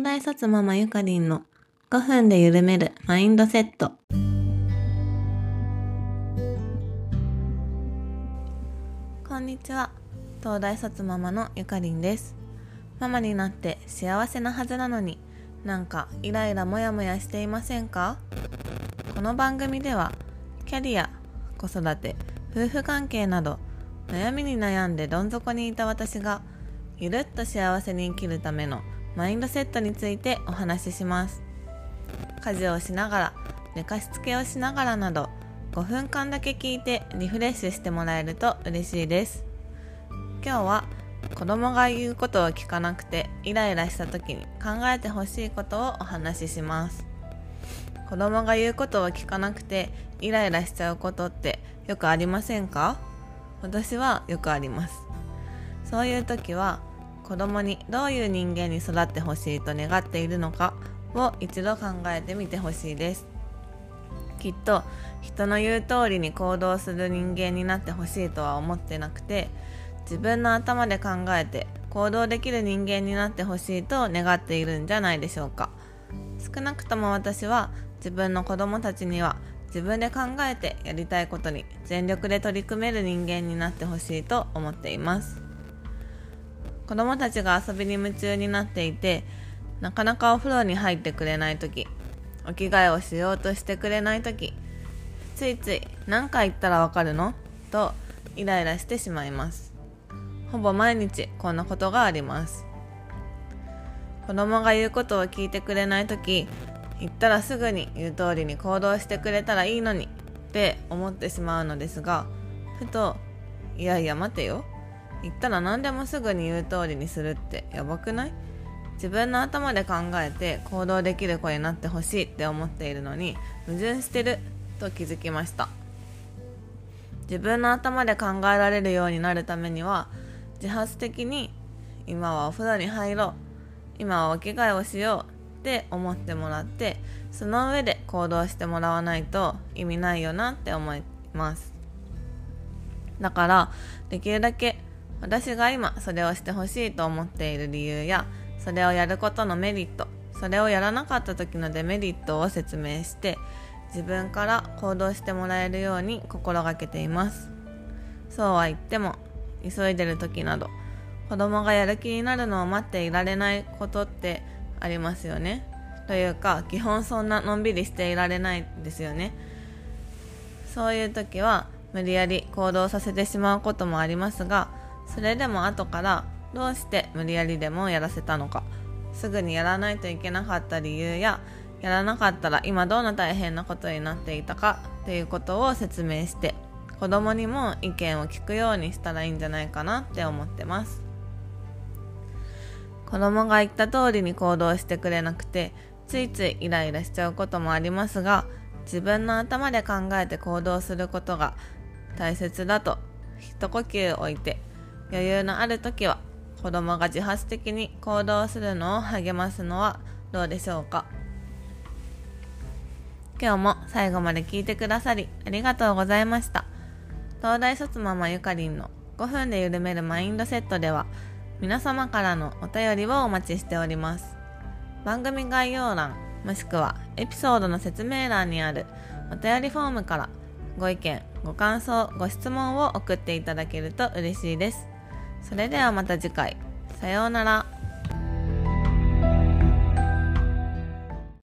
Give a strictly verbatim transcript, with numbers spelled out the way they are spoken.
東大卒ママゆかりんのごふんで緩めるマインドセット。こんにちは、東大卒ママのゆかりんです。ママになって幸せなはずなのに、なんかイライラモヤモヤしていませんか？この番組ではキャリア、子育て、夫婦関係など悩みに悩んでどん底にいた私がゆるっと幸せに生きるためのマインドセットについてお話しします。家事をしながら、寝かしつけをしながらなどごふんかんだけ聞いてリフレッシュしてもらえると嬉しいです。今日は子供が言うことを聞かなくてイライラした時に考えてほしいことをお話しします。子供が言うことを聞かなくてイライラしちゃうことってよくありませんか？私はよくあります。そういう時は子供にどういう人間に育ってほしいと願っているのかを一度考えてみてほしいです。きっと人の言う通りに行動する人間になってほしいとは思ってなくて、自分の頭で考えて行動できる人間になってほしいと願っているんじゃないでしょうか。少なくとも私は自分の子供たちには自分で考えてやりたいことに全力で取り組める人間になってほしいと思っています。子供たちが遊びに夢中になっていて、なかなかお風呂に入ってくれないとき、お着替えをしようとしてくれないとき、ついつい何回言ったらわかるの？とイライラしてしまいます。ほぼ毎日こんなことがあります。子供が言うことを聞いてくれないとき、言ったらすぐに言う通りに行動してくれたらいいのにって思ってしまうのですが、ふと、いやいや待てよ、言ったら何でもすぐに言う通りにするってやばくない？自分の頭で考えて行動できる子になってほしいって思っているのに矛盾してると気づきました。自分の頭で考えられるようになるためには、自発的に今はお風呂に入ろう、今はお着替えをしようって思ってもらって、その上で行動してもらわないと意味ないよなって思います。だからできるだけ私が今それをしてほしいと思っている理由や、それをやることのメリット、それをやらなかった時のデメリットを説明して、自分から行動してもらえるように心がけています。そうは言っても急いでる時など子供がやる気になるのを待っていられないことってありますよね。というか基本そんなのんびりしていられないですよね。そういう時は無理やり行動させてしまうこともありますが、それでも後からどうして無理やりでもやらせたのか、すぐにやらないといけなかった理由や、やらなかったら今どんな大変なことになっていたかっていうことを説明して、子供にも意見を聞くようにしたらいいんじゃないかなって思ってます。子供が言った通りに行動してくれなくてついついイライラしちゃうこともありますが、自分の頭で考えて行動することが大切だと一呼吸置いて、余裕のある時は子供が自発的に行動するのを励ますのはどうでしょうか。今日も最後まで聞いてくださりありがとうございました。東大卒ママゆかりんのごふんで緩めるマインドセットでは、皆様からのお便りをお待ちしております。番組概要欄もしくはエピソードの説明欄にあるお便りフォームからご意見、ご感想、ご質問を送っていただけると嬉しいです。それではまた次回。さようなら。